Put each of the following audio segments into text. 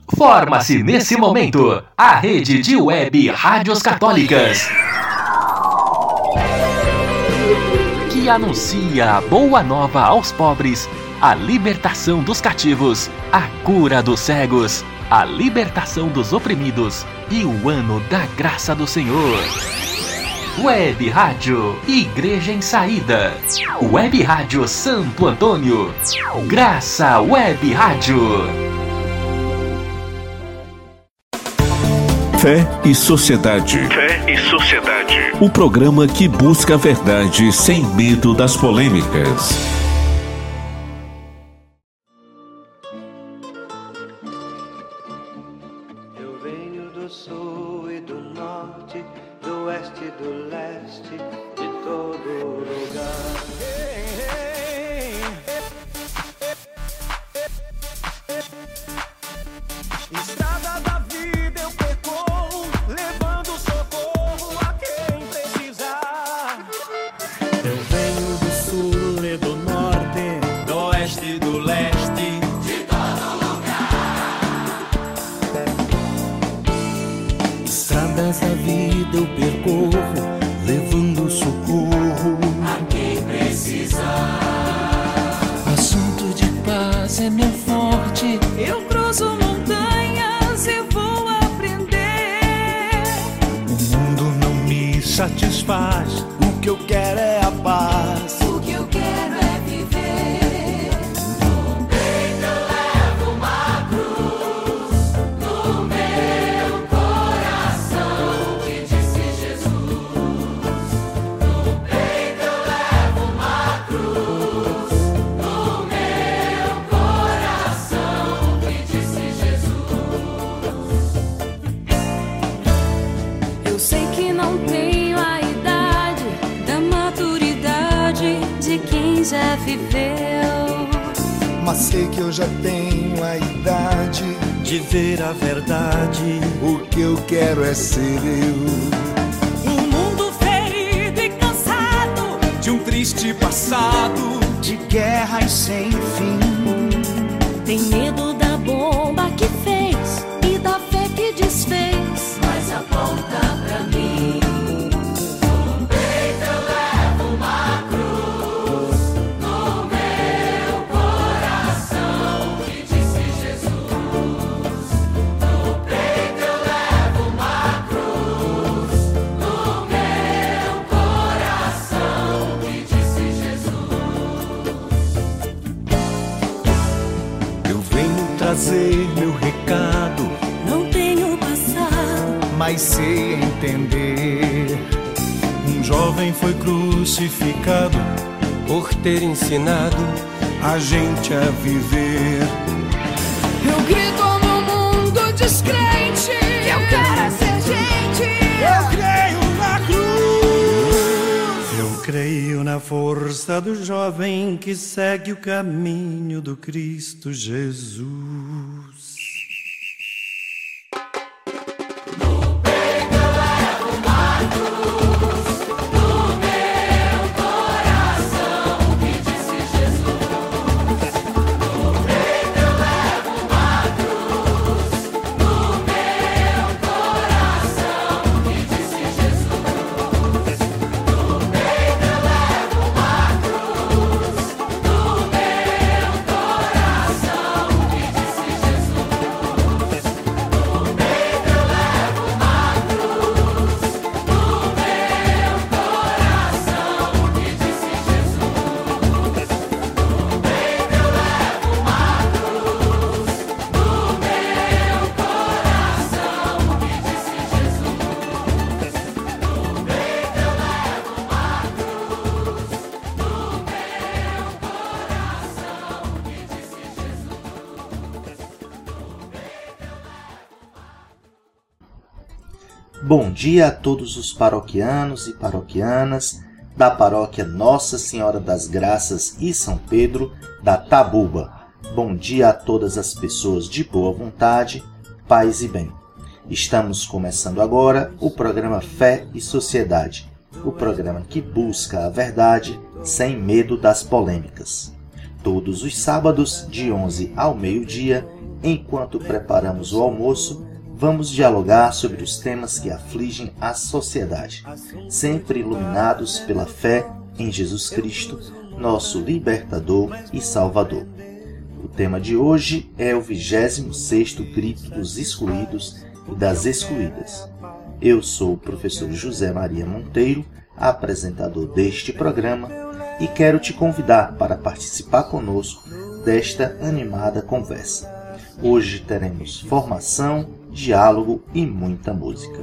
Forma-se nesse momento a rede de web rádios católicas que anuncia a boa nova aos pobres, a libertação dos cativos, a cura dos cegos, a libertação dos oprimidos e o ano da graça do Senhor. Web Rádio Igreja em Saída. Web Rádio Santo Antônio. Graça Web Rádio. Fé e Sociedade. Fé e Sociedade. O programa que busca a verdade sem medo das polêmicas. Eu venho do sul e do norte, do oeste e do leste, de todo lugar. Estrada da vida eu percorro, levando socorro a quem precisar. Eu venho do sul e do norte, do oeste e do leste, de todo lugar. Estradas da vida eu percorro, levando socorro a quem precisar. Assunto de paz é meu forte, eu cruzo montanhas e vou aprender. O mundo não me satisfaz, o que eu quero é a paz. O que eu quero é viver. No peito eu levo uma cruz, no meu coração que disse Jesus. No peito eu levo uma cruz, no meu coração que disse Jesus. Eu sei que não tenho a idade da maturidade de quem já viveu. Mas sei que eu já tenho a idade de ver a verdade. O que eu quero é ser eu. Um mundo ferido e cansado De um triste passado, de guerras sem fim. Tem medo da bomba que fez e da fé que desfez, mas aponta pra mim. No peito eu levo uma cruz, no meu coração que disse Jesus. No peito eu levo uma cruz, no meu coração que disse Jesus. Eu venho trazer meu recado, Não tenho passado, mas sei entender. Um jovem foi crucificado por ter ensinado a gente a viver. eu grito no mundo descrente que eu quero é ser gente. Eu creio na cruz. Eu creio na força do jovem que segue o caminho do Cristo Jesus. Bom dia a todos os paroquianos e paroquianas da paróquia Nossa Senhora das Graças e São Pedro da Tabuba. Bom dia a todas as pessoas de boa vontade, paz e bem. Estamos começando agora o programa Fé e Sociedade, o programa que busca a verdade sem medo das polêmicas. Todos os sábados, de 11 ao meio-dia, enquanto preparamos o almoço, vamos dialogar sobre os temas que afligem a sociedade, sempre iluminados pela fé em Jesus Cristo, nosso libertador e salvador. O tema de hoje é o 26º Grito dos Excluídos e das Excluídas. Eu sou o professor José Maria Monteiro, apresentador deste programa, e quero te convidar para participar conosco desta animada conversa. Hoje teremos formação, diálogo e muita música.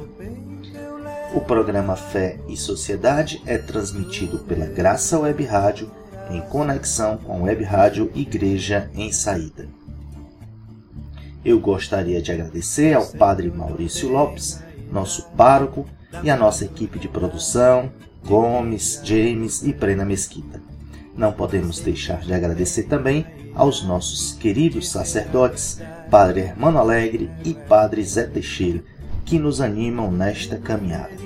O programa Fé e Sociedade é transmitido pela Graça Web Rádio em conexão com a Web Rádio Igreja em Saída. Eu gostaria de agradecer ao Padre Maurício Lopes, nosso pároco, e a nossa equipe de produção, Gomes, James e Prena Mesquita. Não podemos deixar de agradecer também aos nossos queridos sacerdotes, Padre Hermano Alegre e Padre Zé Teixeira, que nos animam nesta caminhada.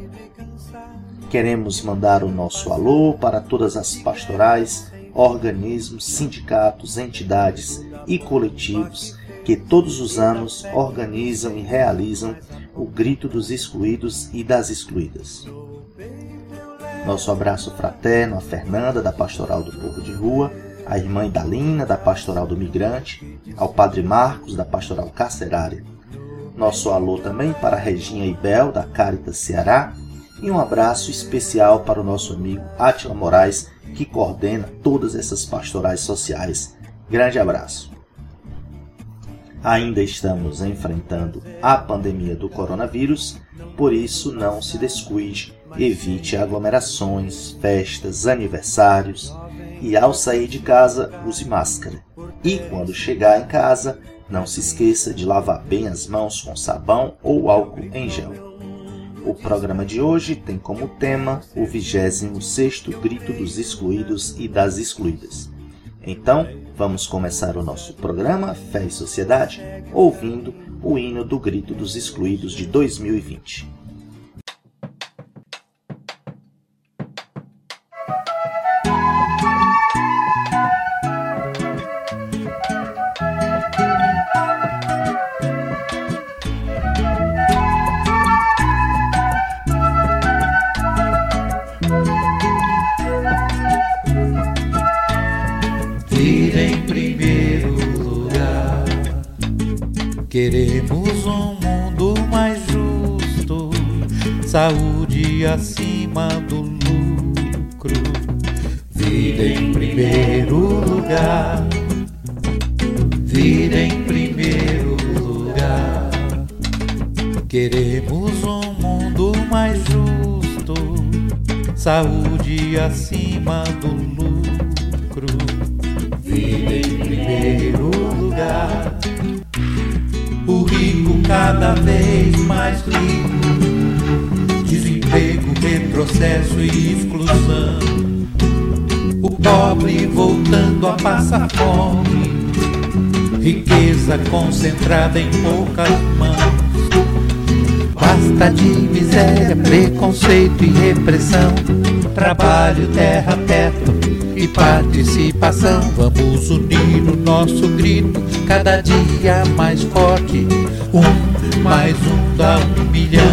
Queremos mandar o nosso alô para todas as pastorais, organismos, sindicatos, entidades e coletivos que todos os anos organizam e realizam o Grito dos Excluídos e das Excluídas. Nosso abraço fraterno a Fernanda, da Pastoral do Povo de Rua, a irmã Idalina, da Pastoral do Migrante, ao Padre Marcos, da Pastoral Carcerária. Nosso alô também para a Reginha Ibel, da Caritas Ceará, e um abraço especial para o nosso amigo Átila Moraes, que coordena todas essas pastorais sociais. Grande abraço. Ainda estamos enfrentando a pandemia do coronavírus, por isso não se descuide, evite aglomerações, festas, aniversários e ao sair de casa use máscara. E quando chegar em casa, não se esqueça de lavar bem as mãos com sabão ou álcool em gel. O programa de hoje tem como tema o 26º Grito dos Excluídos e das Excluídas. Então, vamos começar o nosso programa Fé e Sociedade ouvindo o hino do Grito dos Excluídos de 2020. Queremos um mundo mais justo, saúde acima do lucro, vida em primeiro lugar, vida em primeiro lugar. Queremos um mundo mais justo, saúde acima do lucro, vida em primeiro lugar. O rico cada vez mais rico, desemprego, retrocesso e exclusão. O pobre voltando a passar fome, riqueza concentrada em poucas mãos. Basta de miséria, preconceito e repressão, trabalho, terra, teto e participação. Vamos unir o nosso grito cada dia mais forte, mais um dá 1 milhão.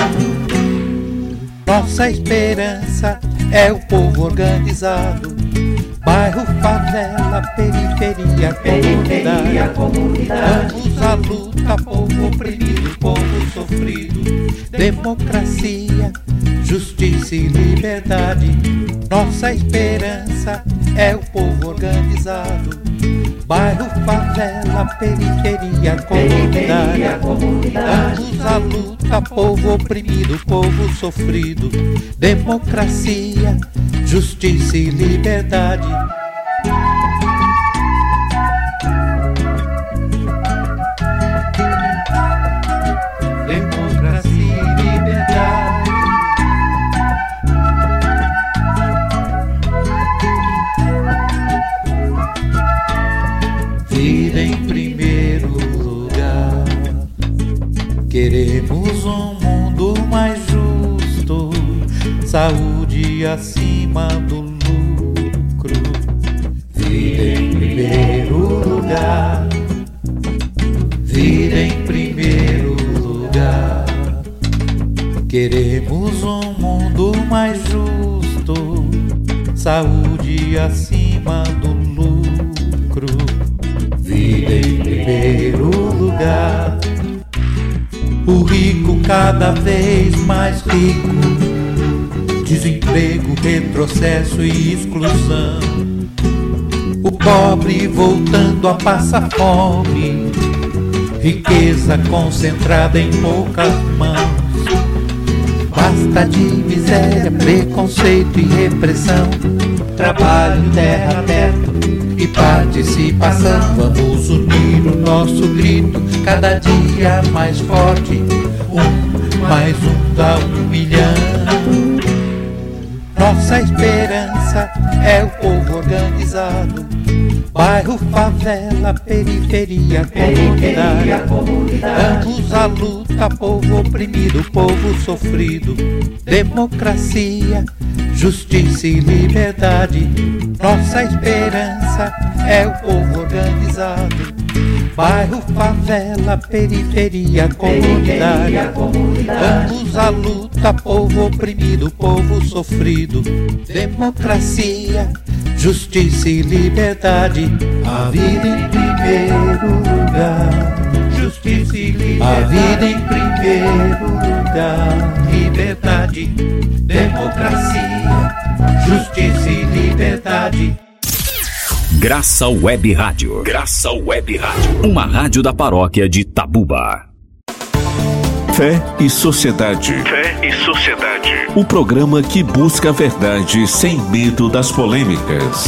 Nossa esperança é o povo organizado, bairro, favela, periferia, comunidade. Vamos à luta, povo oprimido, povo sofrido, democracia, justiça e liberdade. Nossa esperança é o povo organizado, bairro, favela, periferia, comunidade. Vamos à luta, povo oprimido, povo sofrido, democracia, justiça e liberdade. Democracia e liberdade. Vida em primeiro lugar. Queremos um mundo mais justo, saúde acima do lucro. Vida em primeiro lugar. Queremos um mundo mais justo, saúde acima do lucro, vida em primeiro lugar. O rico cada vez mais rico, desemprego, retrocesso e exclusão. O pobre voltando a passar fome, riqueza concentrada em poucas mãos. Basta de miséria, preconceito e repressão, trabalho, terra, teto e participação. Vamos unir o nosso grito, cada dia mais forte. Mais um dá 1 milhão. Nossa esperança é o povo organizado, bairro, favela, periferia, comunidade. Ambos a luta, povo oprimido, povo sofrido. Democracia, justiça e liberdade. Nossa esperança é o povo organizado, bairro, favela, periferia, comunidade. Ambos a luta, povo oprimido, povo sofrido. Democracia, justiça e liberdade. A vida em primeiro lugar. Justiça e liberdade. A vida em primeiro lugar. Liberdade, democracia, justiça e liberdade. Graça Web Rádio. Graça Web Rádio. Uma rádio da paróquia de Tabuba. Fé e Sociedade. Fé e Sociedade. O programa que busca a verdade sem medo das polêmicas.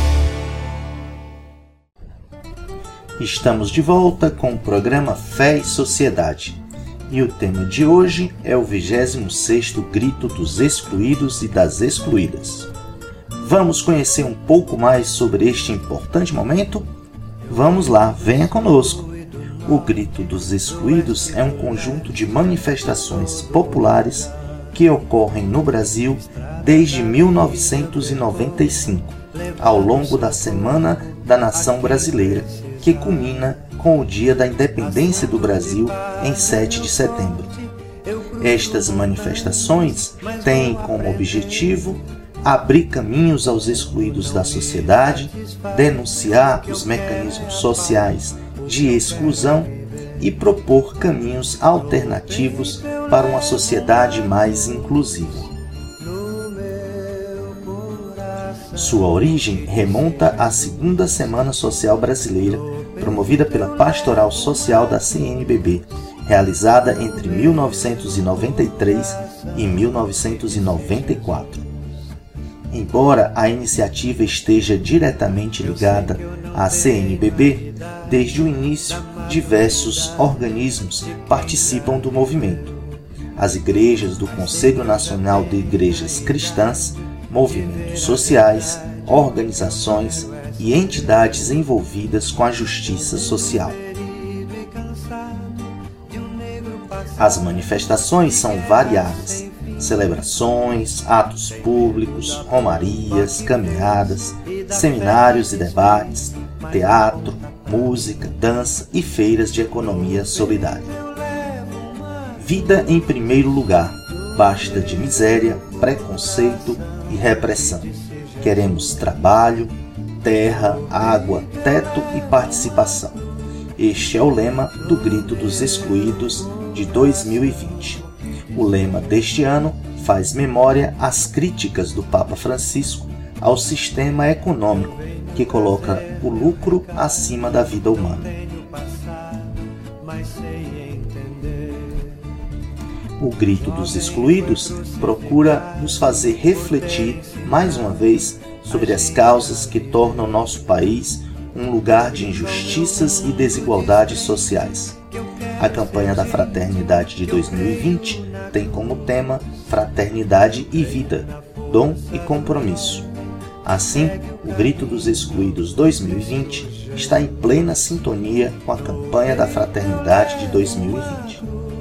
Estamos de volta com o programa Fé e Sociedade. E o tema de hoje é o 26º Grito dos Excluídos e das Excluídas. Vamos conhecer um pouco mais sobre este importante momento? Vamos lá, venha conosco! O Grito dos Excluídos é um conjunto de manifestações populares que ocorrem no Brasil desde 1995, ao longo da Semana da Nação Brasileira, que culmina com o Dia da Independência do Brasil em 7 de setembro. Estas manifestações têm como objetivo abrir caminhos aos excluídos da sociedade, denunciar os mecanismos sociais de exclusão e propor caminhos alternativos para uma sociedade mais inclusiva. Sua origem remonta à Segunda Semana Social Brasileira, promovida pela Pastoral Social da CNBB, realizada entre 1993 e 1994. Embora a iniciativa esteja diretamente ligada à CNBB, desde o início, diversos organismos participam do movimento. As igrejas do Conselho Nacional de Igrejas Cristãs, movimentos sociais, organizações e entidades envolvidas com a justiça social. As manifestações são variadas: celebrações, atos públicos, romarias, caminhadas, seminários e debates, teatro, música, dança e feiras de economia solidária. Vida em primeiro lugar, basta de miséria, preconceito e repressão. Queremos trabalho, terra, água, teto e participação. Este é o lema do Grito dos Excluídos de 2020. O lema deste ano faz memória às críticas do Papa Francisco ao sistema econômico que coloca o lucro acima da vida humana. O Grito dos Excluídos procura nos fazer refletir mais uma vez sobre as causas que tornam nosso país um lugar de injustiças e desigualdades sociais. A campanha da Fraternidade de 2020 tem como tema Fraternidade e Vida, Dom e Compromisso. Assim, o Grito dos Excluídos 2020 está em plena sintonia com a campanha da Fraternidade de 2020.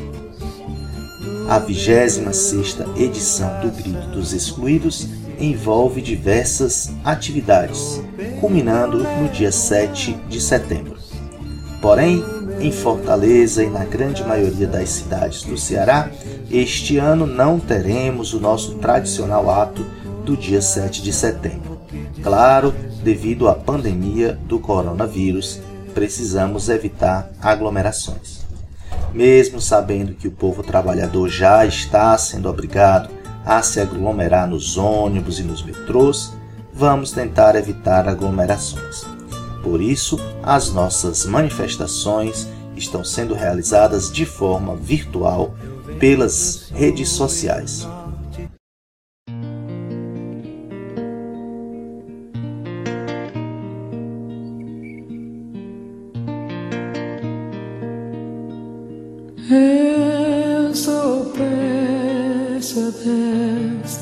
A 26ª edição do Grito dos Excluídos envolve diversas atividades, culminando no dia 7 de setembro. Porém, Em Fortaleza e na grande maioria das cidades do Ceará, este ano não teremos o nosso tradicional ato do dia 7 de setembro. Claro, devido à pandemia do coronavírus, precisamos evitar aglomerações. Mesmo sabendo que o povo trabalhador já está sendo obrigado a se aglomerar nos ônibus e nos metrôs, vamos tentar evitar aglomerações. Por isso, as nossas manifestações estão sendo realizadas de forma virtual pelas redes sociais. Eu só peço a Deus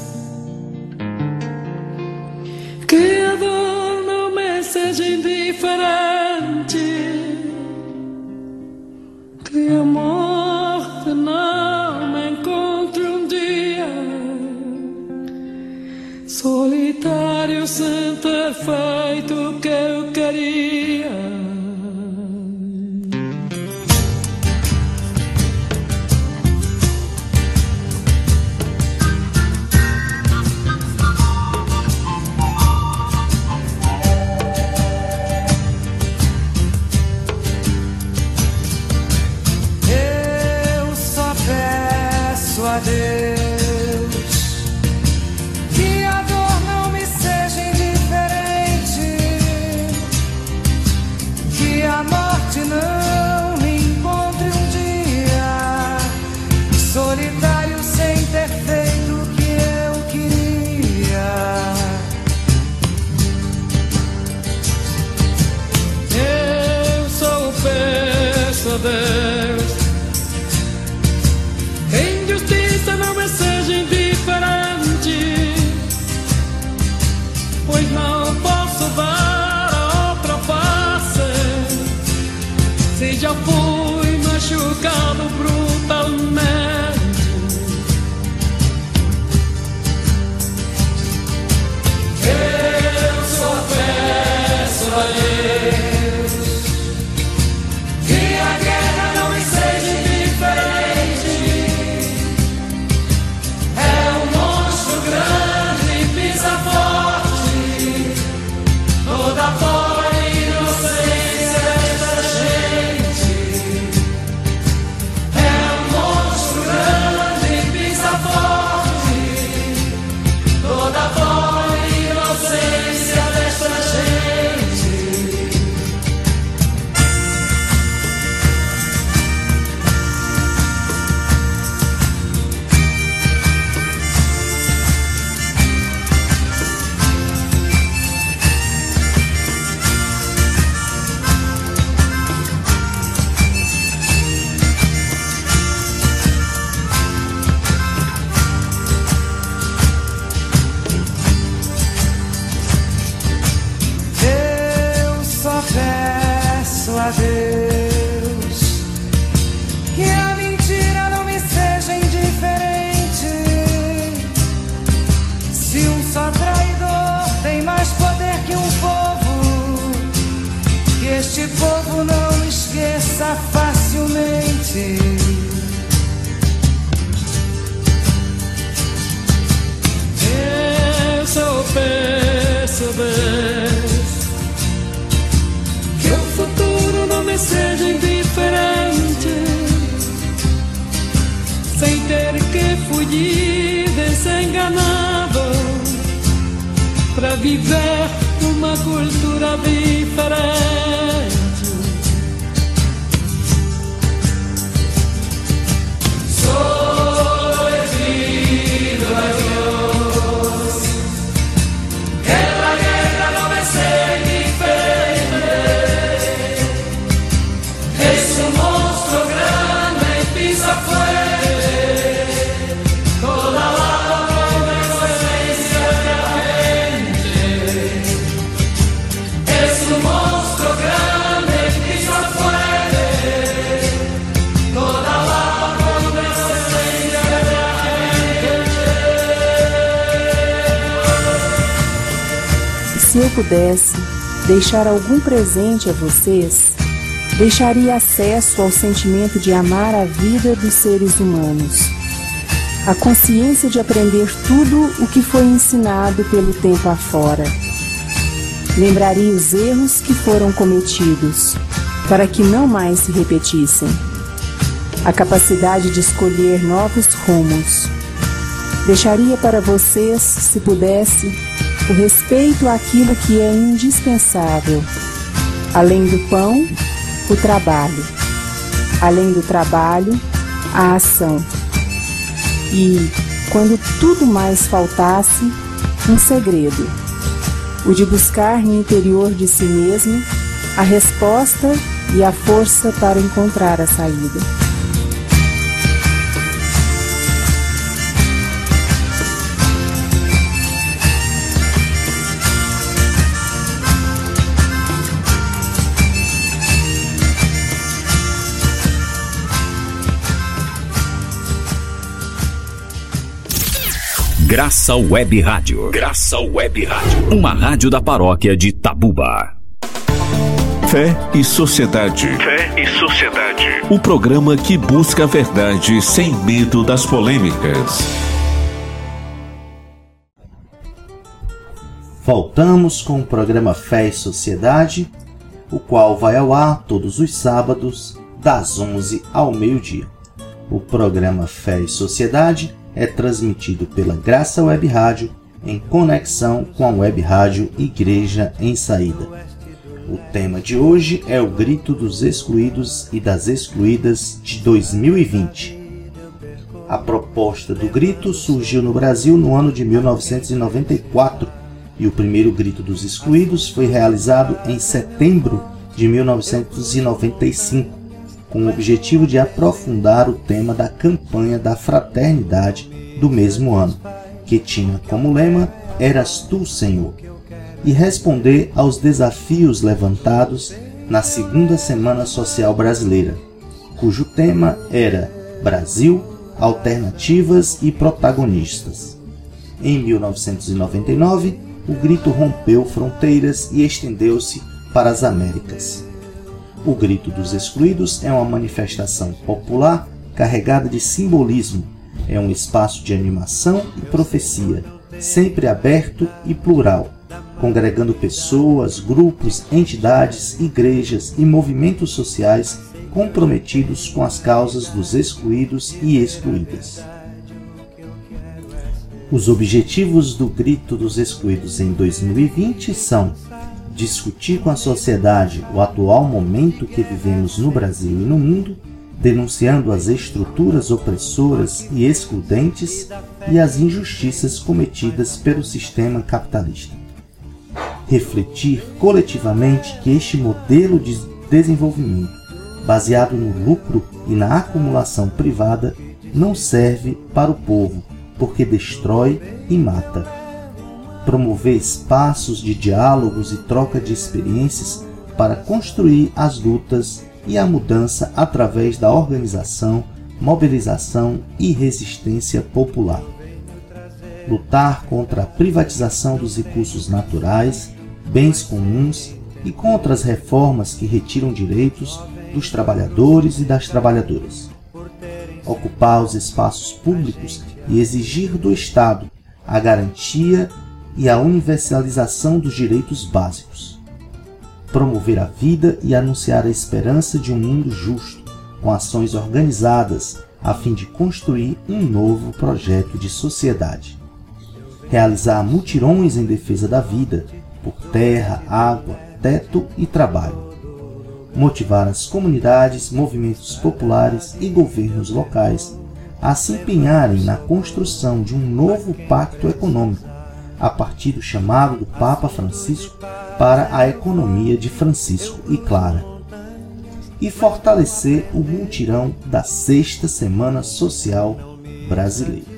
que a dor não me seja indiferente, que a morte não me encontre um dia solitário sem ter feito o que eu queria. A Deus que a dor não me seja indiferente, que a morte não me encontre um dia solitário sem ter feito o que eu queria. Eu só peço a Deus não me seja indiferente, pois não posso dar a outra face, se já fui machucado brutalmente. Eu só peço a Deus que a guerra não me seja indiferente. Deus que a mentira não me seja indiferente, se um só traidor tem mais poder que um povo, que este povo não me esqueça facilmente. Eu só peço a Deus que o futuro não me seja indiferente, sem ter que fugir desenganado para viver uma cultura diferente. Solo he pido a Dios que la guerra no me sea indiferente. Es un monstruo grande y pisa fuerte toda la convergencia de la gente. Es un monstruo grande y pisa fuerte toda la convergencia de la gente. Se eu pudesse deixar algum presente a vocês, deixaria acesso ao sentimento de amar a vida dos seres humanos, a consciência de aprender tudo o que foi ensinado pelo tempo afora. Lembraria os erros que foram cometidos, para que não mais se repetissem. A capacidade de escolher novos rumos. Deixaria para vocês, se pudesse, o respeito àquilo que é indispensável. Além do pão, o trabalho. Além do trabalho, a ação. E, quando tudo mais faltasse, um segredo. O de buscar no interior de si mesmo a resposta e a força para encontrar a saída. Graça Web Rádio. Graça Web Rádio. Uma rádio da paróquia de Tabuba. Fé e Sociedade. Fé e Sociedade. O programa que busca a verdade sem medo das polêmicas. Voltamos com o programa Fé e Sociedade, o qual vai ao ar todos os sábados, das 11 ao meio-dia. O programa Fé e Sociedade é transmitido pela Graça Web Rádio em conexão com a Web Rádio Igreja em Saída. O tema de hoje é o Grito dos Excluídos e das Excluídas de 2020. A proposta do grito surgiu no Brasil no ano de 1994 e o primeiro Grito dos Excluídos foi realizado em setembro de 1995. Com o objetivo de aprofundar o tema da campanha da fraternidade do mesmo ano, que tinha como lema Eras Tu, Senhor, e responder aos desafios levantados na segunda Semana Social Brasileira, cujo tema era Brasil, Alternativas e Protagonistas. Em 1999, o grito rompeu fronteiras e estendeu-se para as Américas. O Grito dos Excluídos é uma manifestação popular carregada de simbolismo. É um espaço de animação e profecia, sempre aberto e plural, congregando pessoas, grupos, entidades, igrejas e movimentos sociais comprometidos com as causas dos excluídos e excluídas. Os objetivos do Grito dos Excluídos em 2020 são discutir com a sociedade o atual momento que vivemos no Brasil e no mundo, denunciando as estruturas opressoras e excludentes e as injustiças cometidas pelo sistema capitalista. Refletir coletivamente que este modelo de desenvolvimento, baseado no lucro e na acumulação privada, não serve para o povo, porque destrói e mata. Promover espaços de diálogos e troca de experiências para construir as lutas e a mudança através da organização, mobilização e resistência popular. Lutar contra a privatização dos recursos naturais, bens comuns e contra as reformas que retiram direitos dos trabalhadores e das trabalhadoras. Ocupar os espaços públicos e exigir do Estado a garantia e a universalização dos direitos básicos. Promover a vida e anunciar a esperança de um mundo justo, com ações organizadas a fim de construir um novo projeto de sociedade. Realizar mutirões em defesa da vida, por terra, água, teto e trabalho. Motivar as comunidades, movimentos populares e governos locais a se empenharem na construção de um novo pacto econômico, a partir do chamado do Papa Francisco para a economia de Francisco e Clara, e fortalecer o mutirão da Sexta Semana Social Brasileira.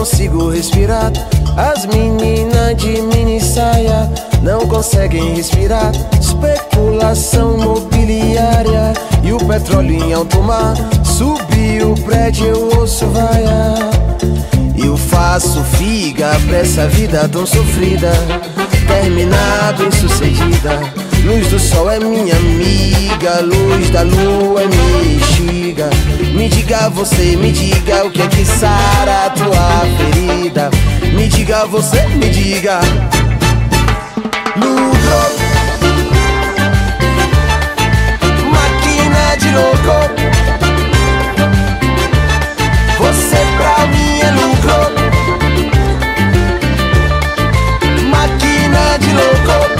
consigo respirar. As meninas de mini saia não conseguem respirar. Especulação imobiliária e o petróleo em alto mar. Subiu o prédio, eu ouço vaia. Eu faço figa pra essa vida tão sofrida. Terminar bem sucedida. Luz do sol é minha amiga, luz da lua é minha instiga. Me diga você, me diga o que é que sara a tua ferida. Me diga você, me diga. Lucro, máquina de louco. Você pra mim é lucro. Máquina de louco.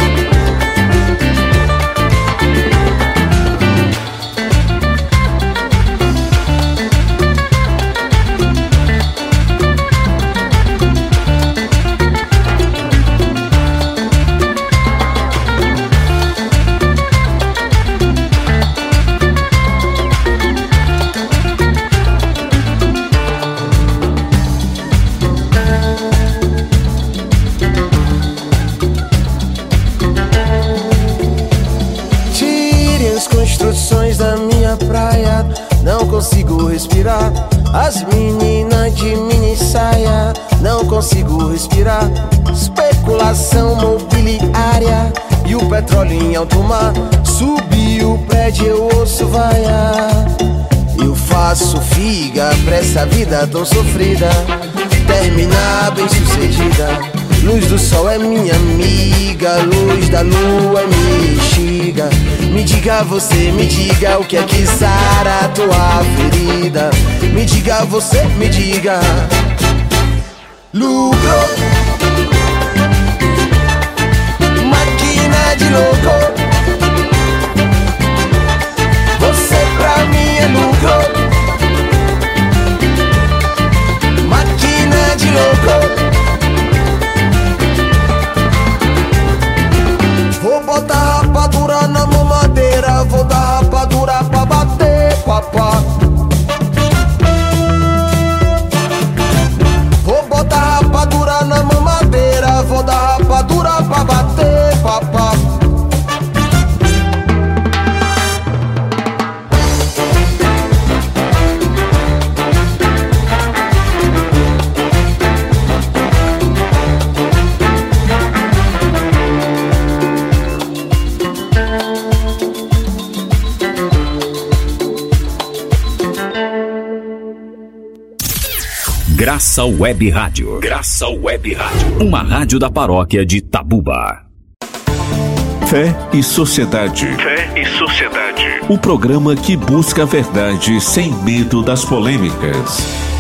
Da minha praia, não consigo respirar. As meninas de mini saia, não consigo respirar. Especulação mobiliária e o petróleo em alto mar. Subiu o prédio, eu ouço vaia. Eu faço figa pra essa vida tão sofrida. Terminar bem sucedida. Luz do sol é minha amiga, luz da lua é minha instiga. Me diga você, me diga o que é que sara a tua ferida. Me diga você, me diga. Lucro, máquina de louco. Você pra mim é lucro. Máquina de louco. Vou botar rapadura na mamadeira, vou dar rapadura pra bater, papá. Vou botar rapadura na mamadeira, vou dar rapadura pra bater, papá. Graça Web Rádio. Graça Web Rádio. Uma rádio da paróquia de Tabuba. Fé e Sociedade. Fé e Sociedade. O programa que busca a verdade sem medo das polêmicas.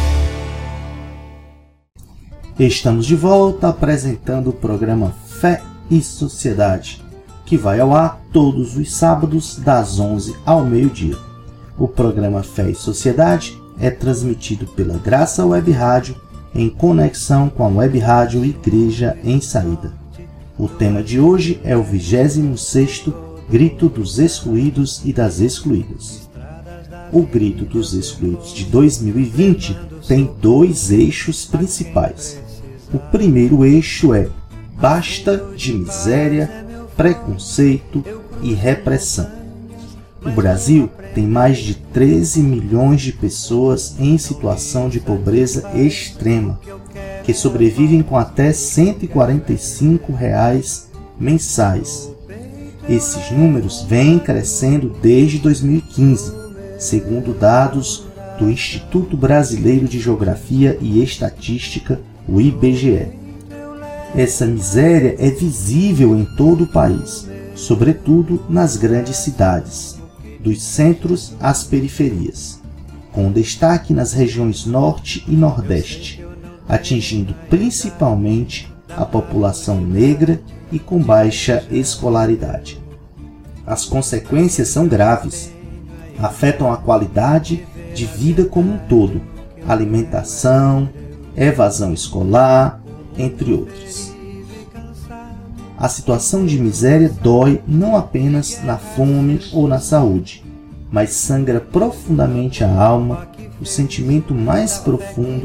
Estamos de volta apresentando o programa Fé e Sociedade, que vai ao ar todos os sábados das 11 ao meio-dia. O programa Fé e Sociedade é transmitido pela Graça Web Rádio em conexão com a Web Rádio Igreja em Saída. O tema de hoje é o 26º Grito dos Excluídos e das Excluídas. O Grito dos Excluídos de 2020 tem 2 eixos principais. O primeiro eixo é Basta de miséria, preconceito e repressão. O Brasil tem mais de 13 milhões de pessoas em situação de pobreza extrema, que sobrevivem com até R$ 145 mensais. Esses números vêm crescendo desde 2015, segundo dados do Instituto Brasileiro de Geografia e Estatística, o IBGE. Essa miséria é visível em todo o país, sobretudo nas grandes cidades, dos centros às periferias, com destaque nas regiões Norte e Nordeste, atingindo principalmente a população negra e com baixa escolaridade. As consequências são graves, afetam a qualidade de vida como um todo, alimentação, evasão escolar, entre outros. A situação de miséria dói não apenas na fome ou na saúde, mas sangra profundamente a alma, o sentimento mais profundo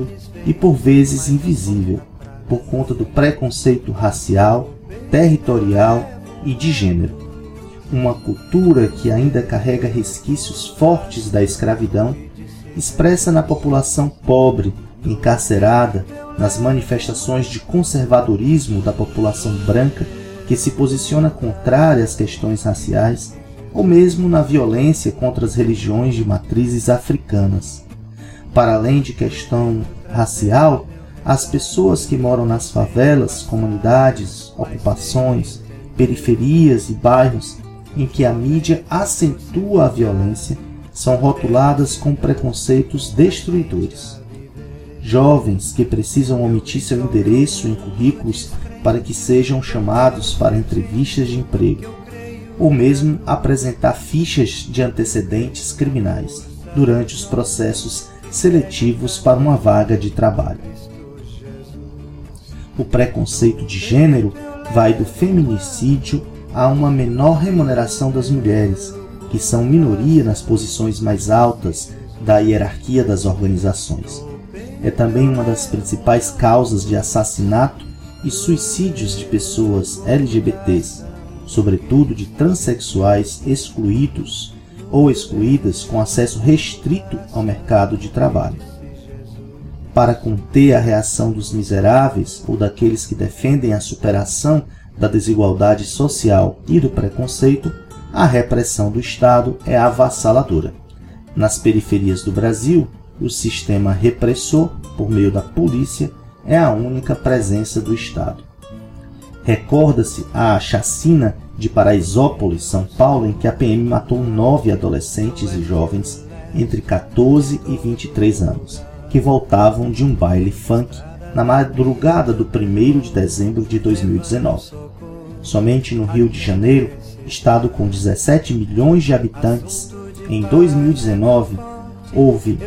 e por vezes invisível, por conta do preconceito racial, territorial e de gênero. Uma cultura que ainda carrega resquícios fortes da escravidão, expressa na população pobre, encarcerada, nas manifestações de conservadorismo da população branca que se posiciona contrária às questões raciais, ou mesmo na violência contra as religiões de matrizes africanas. Para além de questão racial, as pessoas que moram nas favelas, comunidades, ocupações, periferias e bairros em que a mídia acentua a violência são rotuladas com preconceitos destruidores. Jovens que precisam omitir seu endereço em currículos para que sejam chamados para entrevistas de emprego, ou mesmo apresentar fichas de antecedentes criminais durante os processos seletivos para uma vaga de trabalho. O preconceito de gênero vai do feminicídio a uma menor remuneração das mulheres, que são minoria nas posições mais altas da hierarquia das organizações. É também uma das principais causas de assassinato e suicídios de pessoas LGBTs, sobretudo de transexuais excluídos ou excluídas com acesso restrito ao mercado de trabalho. Para conter a reação dos miseráveis ou daqueles que defendem a superação da desigualdade social e do preconceito, a repressão do Estado é avassaladora. Nas periferias do Brasil, o sistema repressor, por meio da polícia, é a única presença do Estado. Recorda-se a chacina de Paraisópolis, São Paulo, em que a PM matou 9 adolescentes e jovens entre 14 e 23 anos, que voltavam de um baile funk na madrugada do 1º de dezembro de 2019. Somente no Rio de Janeiro, estado com 17 milhões de habitantes, em 2019, houve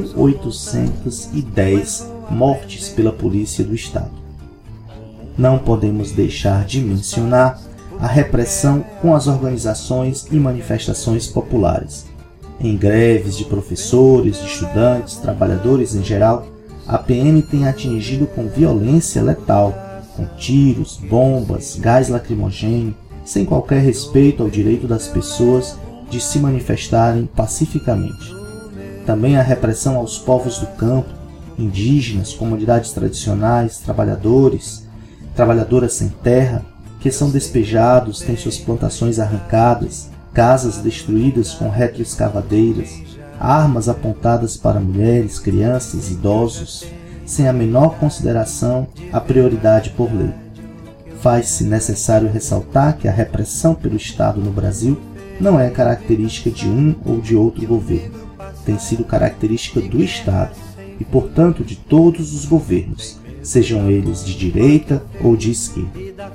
1.810 mortes pela polícia do estado. Não podemos deixar de mencionar a repressão com as organizações e manifestações populares. Em greves de professores, de estudantes, trabalhadores em geral, a PM tem atingido com violência letal, com tiros, bombas, gás lacrimogêneo, sem qualquer respeito ao direito das pessoas de se manifestarem pacificamente. Também a repressão aos povos do campo, indígenas, comunidades tradicionais, trabalhadoras sem terra, que são despejados, têm suas plantações arrancadas, casas destruídas com retroescavadeiras, armas apontadas para mulheres, crianças, idosos, sem a menor consideração à prioridade por lei. Faz-se necessário ressaltar que a repressão pelo Estado no Brasil não é característica de um ou de outro governo. Tem sido característica do Estado e, portanto, de todos os governos, sejam eles de direita ou de esquerda.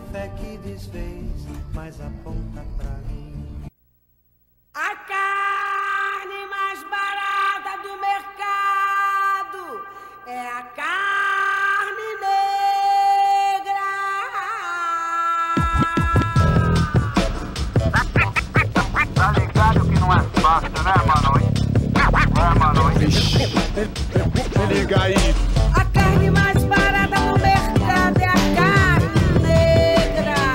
A carne mais barata do mercado é a carne negra. Tá ligado que não é fácil, né, mano? Se liga aí. A carne mais barata do mercado é a carne negra.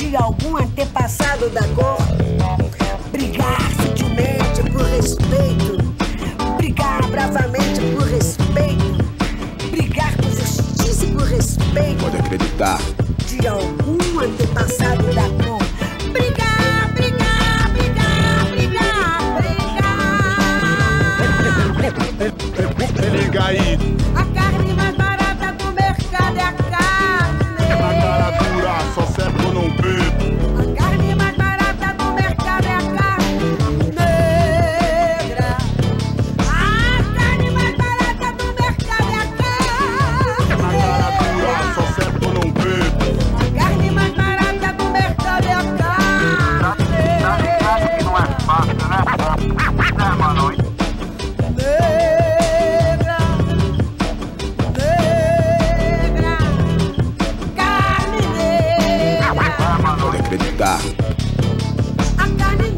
de algum antepassado da cor. Brigar sutilmente por respeito, brigar bravamente por respeito, brigar por justiça e por respeito. Pode acreditar. De algum antepassado da cor. Brigar, brigar, brigar, brigar, brigar. Liga aí. A carne mais barata do mercado é a carne. Na cara dura, só serve quando não bebo. A carne mais barata do mercado é a carne negra. A carne mais barata do mercado é a carne. Na cara dura, só serve quando não bebo. A carne mais barata do mercado é a carne. Tá ligado que não é fácil, né? É, mano. Acreditar. A carne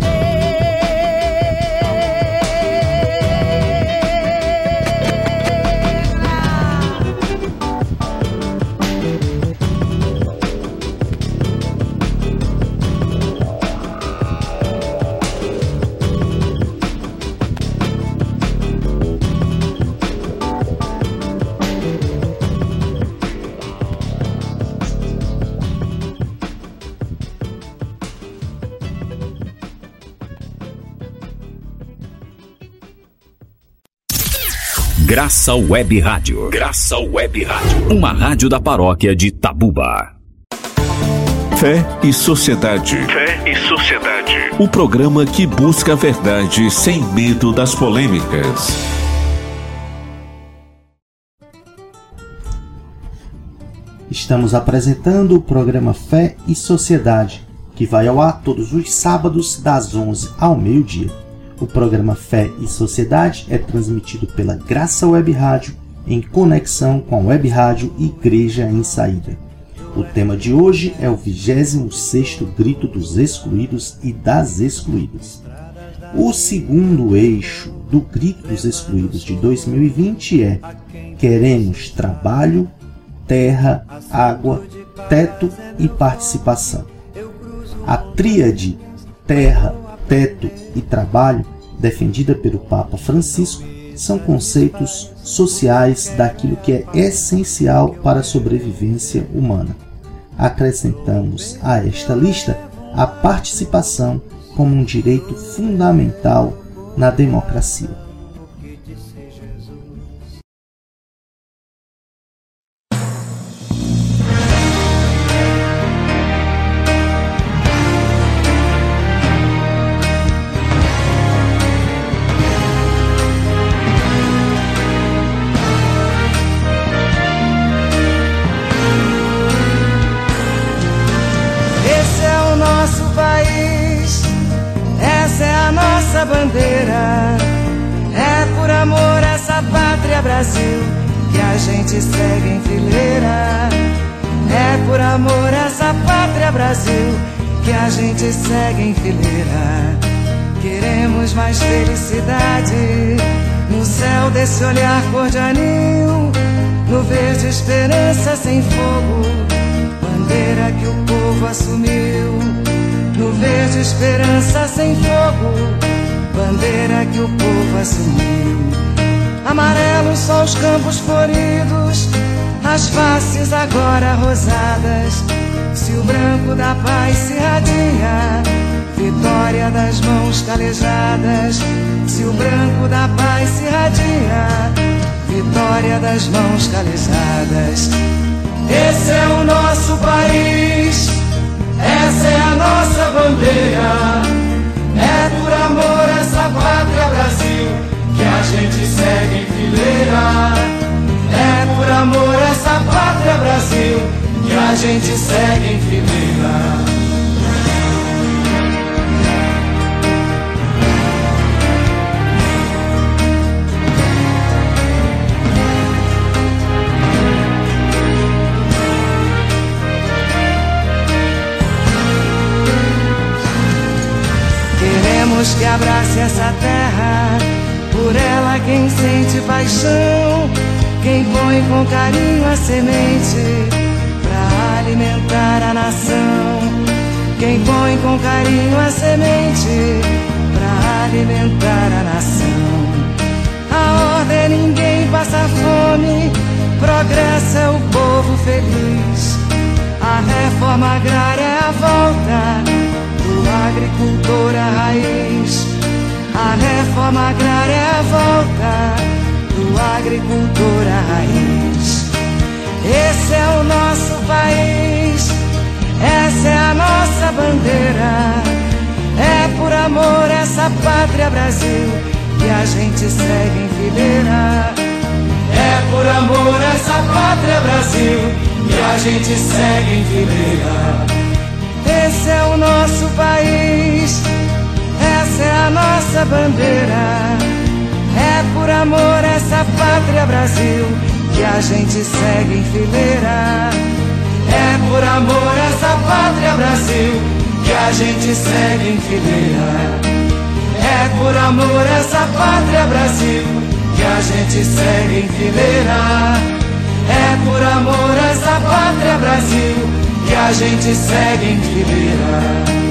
Graça Web Rádio. Graça Web Rádio. Uma rádio da paróquia de Tabuba. Fé e Sociedade. Fé e Sociedade. O programa que busca a verdade sem medo das polêmicas. Estamos apresentando o programa Fé e Sociedade, que vai ao ar todos os sábados das 11 ao meio-dia. O programa Fé e Sociedade é transmitido pela Graça Web Rádio em conexão com a Web Rádio Igreja em Saída. O tema de hoje é o 26º Grito dos Excluídos e das Excluídas. O segundo eixo do Grito dos Excluídos de 2020 é: queremos trabalho, terra, água, teto e participação. A tríade terra, teto e trabalho, defendida pelo Papa Francisco, são conceitos sociais daquilo que é essencial para a sobrevivência humana. Acrescentamos a esta lista a participação como um direito fundamental na democracia. Bandeira, é por amor a essa pátria Brasil que a gente segue em fileira. É por amor a essa pátria Brasil que a gente segue em fileira. Queremos mais felicidade no céu desse olhar cor de anil, no verde esperança sem fogo, bandeira que o povo assumiu. No verde esperança sem fogo, bandeira que o povo assumiu. Amarelo só os campos floridos, as faces agora rosadas. Se o branco da paz se irradia, vitória das mãos calejadas. Se o branco da paz se irradia, vitória das mãos calejadas. Esse é o nosso país, essa é a nossa bandeira. É por amor a essa pátria Brasil que a gente segue em fileira. É por amor a essa pátria Brasil que a gente segue em fileira. Queremos que abrace essa terra, por ela quem sente paixão, quem põe com carinho a semente pra alimentar a nação. quem põe com carinho a semente pra alimentar a nação. A ordem ninguém passa fome, progresso é o povo feliz. A reforma agrária é a volta do agricultor à raiz. A reforma agrária é a volta do agricultor à raiz. Esse é o nosso país, essa é a nossa bandeira. É por amor essa pátria Brasil que a gente segue em fileira. É por amor essa pátria Brasil que a gente segue em fileira. Esse é o nosso país, essa é a nossa bandeira. É por amor essa pátria Brasil que a gente segue em fileira. É por amor essa pátria Brasil que a gente segue em fileira. É por amor essa pátria Brasil que a gente segue em fileira. É por amor essa pátria Brasil que a gente segue em fileira.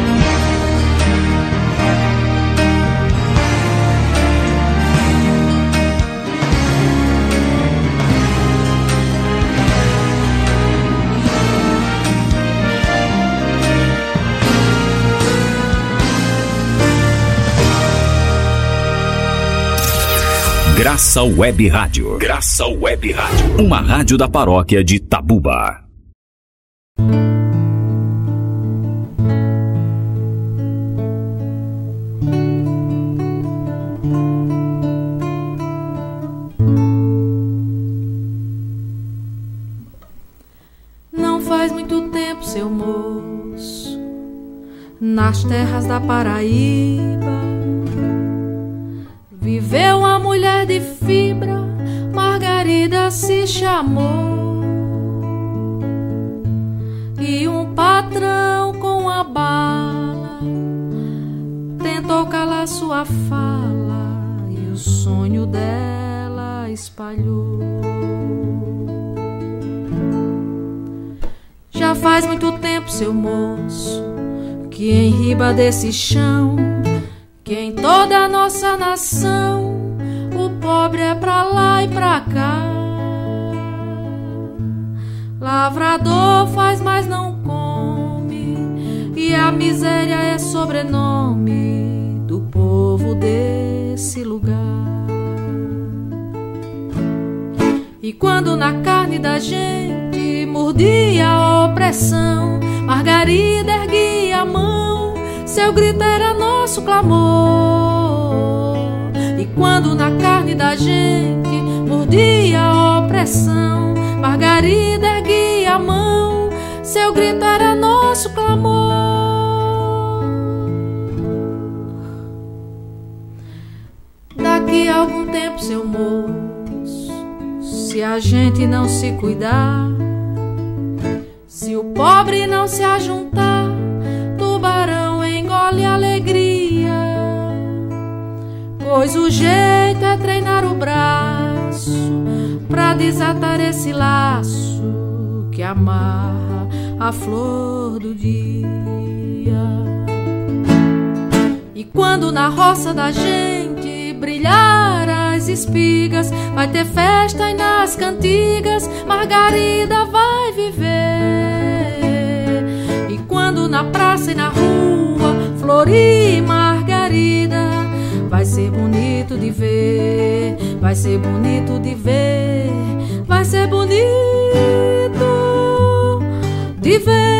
Graça Web Rádio. Graça Web Rádio. Uma rádio da paróquia de Tabuba. Não faz muito tempo, seu moço, nas terras da Paraíba viveu uma mulher de fibra, Margarida se chamou. E um patrão com a bala tentou calar sua fala, e o sonho dela espalhou. Já faz muito tempo, seu moço, que em riba desse chão, que em toda a nossa nação o pobre é pra lá e pra cá. Lavrador faz, mas não come, e a miséria é sobrenome do povo desse lugar. E quando na carne da gente mordia a opressão, Margarida erguia a mão, seu grito era nosso clamor. E quando na carne da gente mordia a opressão, Margarida erguia a mão, seu grito era nosso clamor. Daqui a algum tempo, seu moço, se a gente não se cuidar, se o pobre não se ajuntar, tubarão engole a alegria. Pois o jeito é treinar o braço pra desatar esse laço que amarra a flor do dia. E quando na roça da gente brilhar as espigas, vai ter festa e nas cantigas Margarida vai viver. E quando na praça e na rua florir Margarida, vai ser bonito de ver, vai ser bonito de ver, vai ser bonito de ver.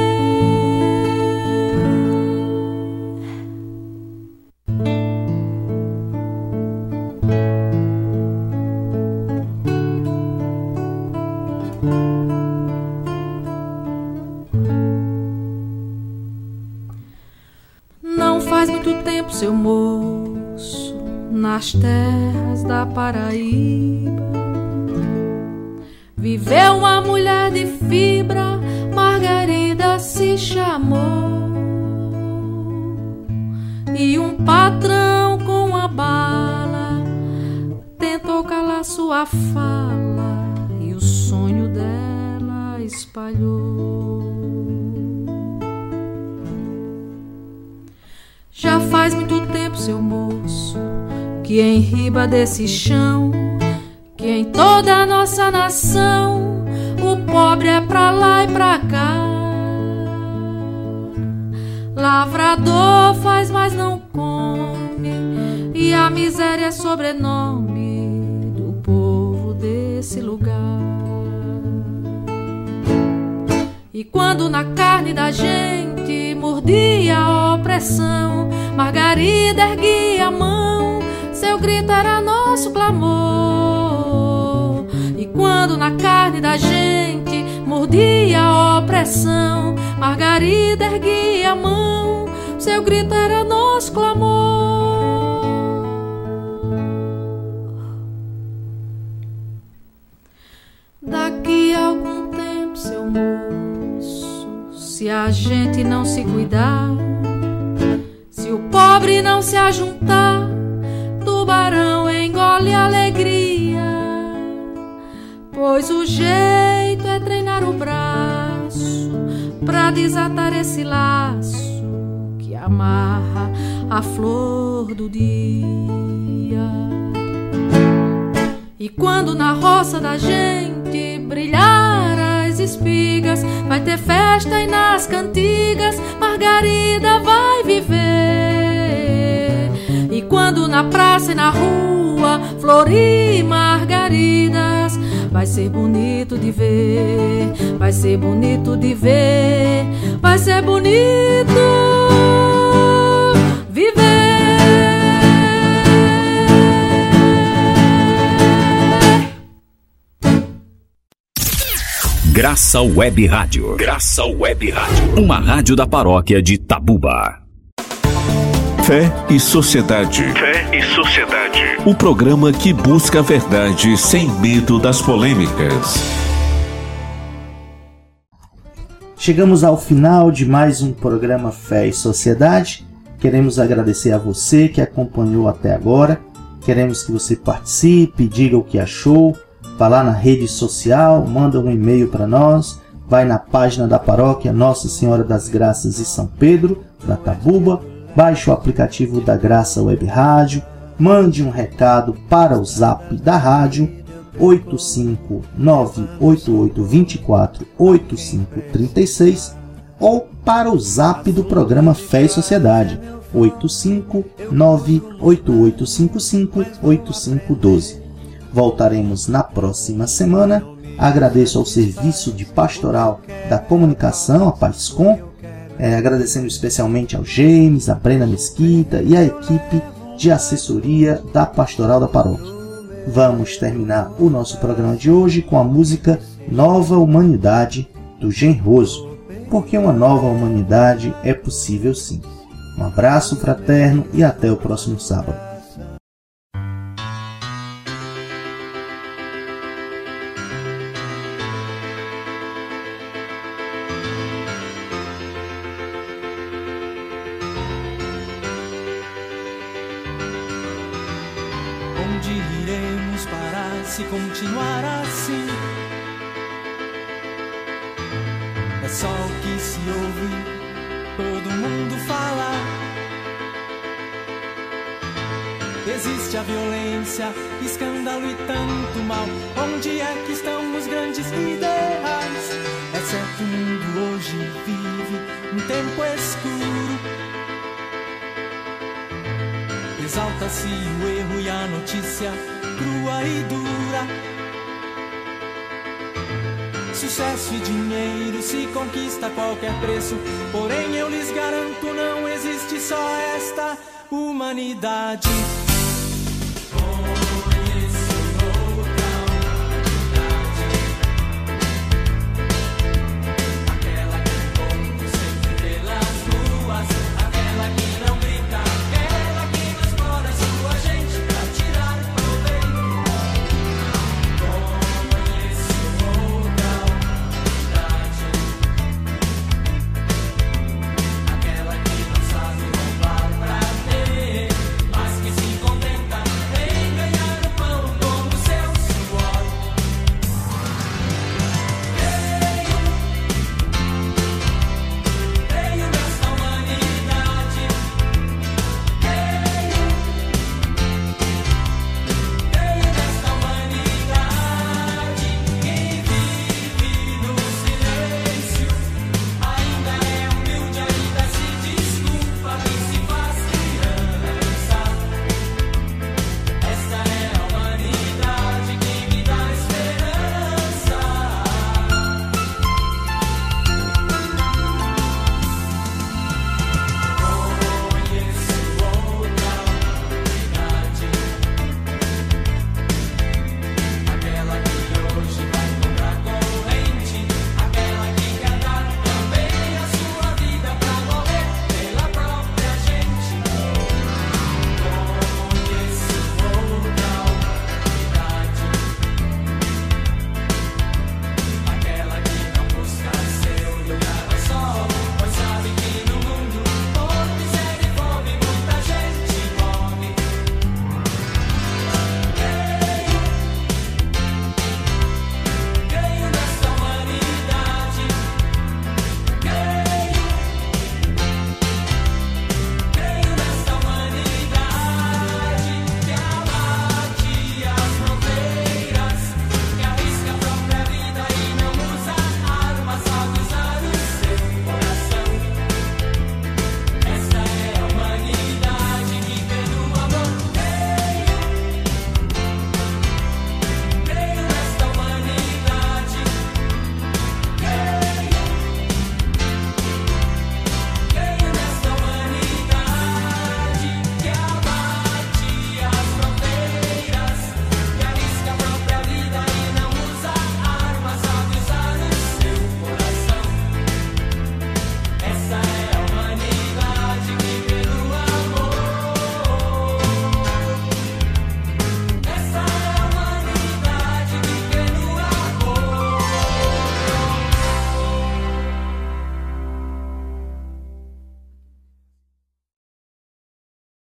Não faz muito tempo, seu moço, nas terras da Paraíba viveu uma mulher de fibra, Margarida se chamou. E um patrão com a bala tentou calar sua fala, e o sonho dela espalhou. Já faz muito tempo, seu moço, que em riba desse chão, que em toda a nossa nação, o pobre é pra lá e pra cá. Lavrador faz, mas não come, e a miséria é sobrenome do povo desse lugar. E quando na carne da gente mordia a opressão, Margarida erguia a mão, seu grito era nosso clamor. E quando na carne da gente mordia a opressão, Margarida erguia a mão, seu grito era nosso clamor. Daqui a algum tempo, seu moço, se a gente não se cuidar, se o pobre não se ajuntar, tubarão engole a alegria. Pois o jeito é treinar o braço pra desatar esse laço que amarra a flor do dia. E quando na roça da gente brilhar as espigas, vai ter festa e nas cantigas Margarida vai viver. E quando na praça e na rua florir margaridas, vai ser bonito de ver, vai ser bonito de ver, vai ser bonito viver. Graça Web Rádio. Graça Web Rádio. Uma rádio da paróquia de Tabuba. Fé e Sociedade. Fé e Sociedade. O programa que busca a verdade sem medo das polêmicas. Chegamos ao final de mais um programa Fé e Sociedade. Queremos agradecer a você que acompanhou até agora. Queremos que você participe, diga o que achou. Vá lá na rede social, manda um e-mail para nós. Vai na página da paróquia Nossa Senhora das Graças e São Pedro, da Tabuba. Baixe o aplicativo da Graça Web Rádio. Mande um recado para o zap da rádio 85988248536 ou para o zap do programa Fé e Sociedade 85988558512. Voltaremos na próxima semana. Agradeço ao Serviço de Pastoral da Comunicação, a PASCOM, agradecendo especialmente ao James, a Brena Mesquita e a equipe de assessoria da Pastoral da Paróquia. Vamos terminar o nosso programa de hoje com a música Nova Humanidade, do Genroso, porque uma nova humanidade é possível sim. Um abraço fraterno e até o próximo sábado. Onde iremos parar se continuar assim? É só o que se ouve, todo mundo fala. Existe a violência, escândalo e tanto mal. Onde é que estão os grandes ideais? É certo, o mundo hoje vive um tempo escuro. Exalta-se o erro e a notícia crua e dura. Sucesso e dinheiro se conquista a qualquer preço. Porém eu lhes garanto, não existe só esta humanidade.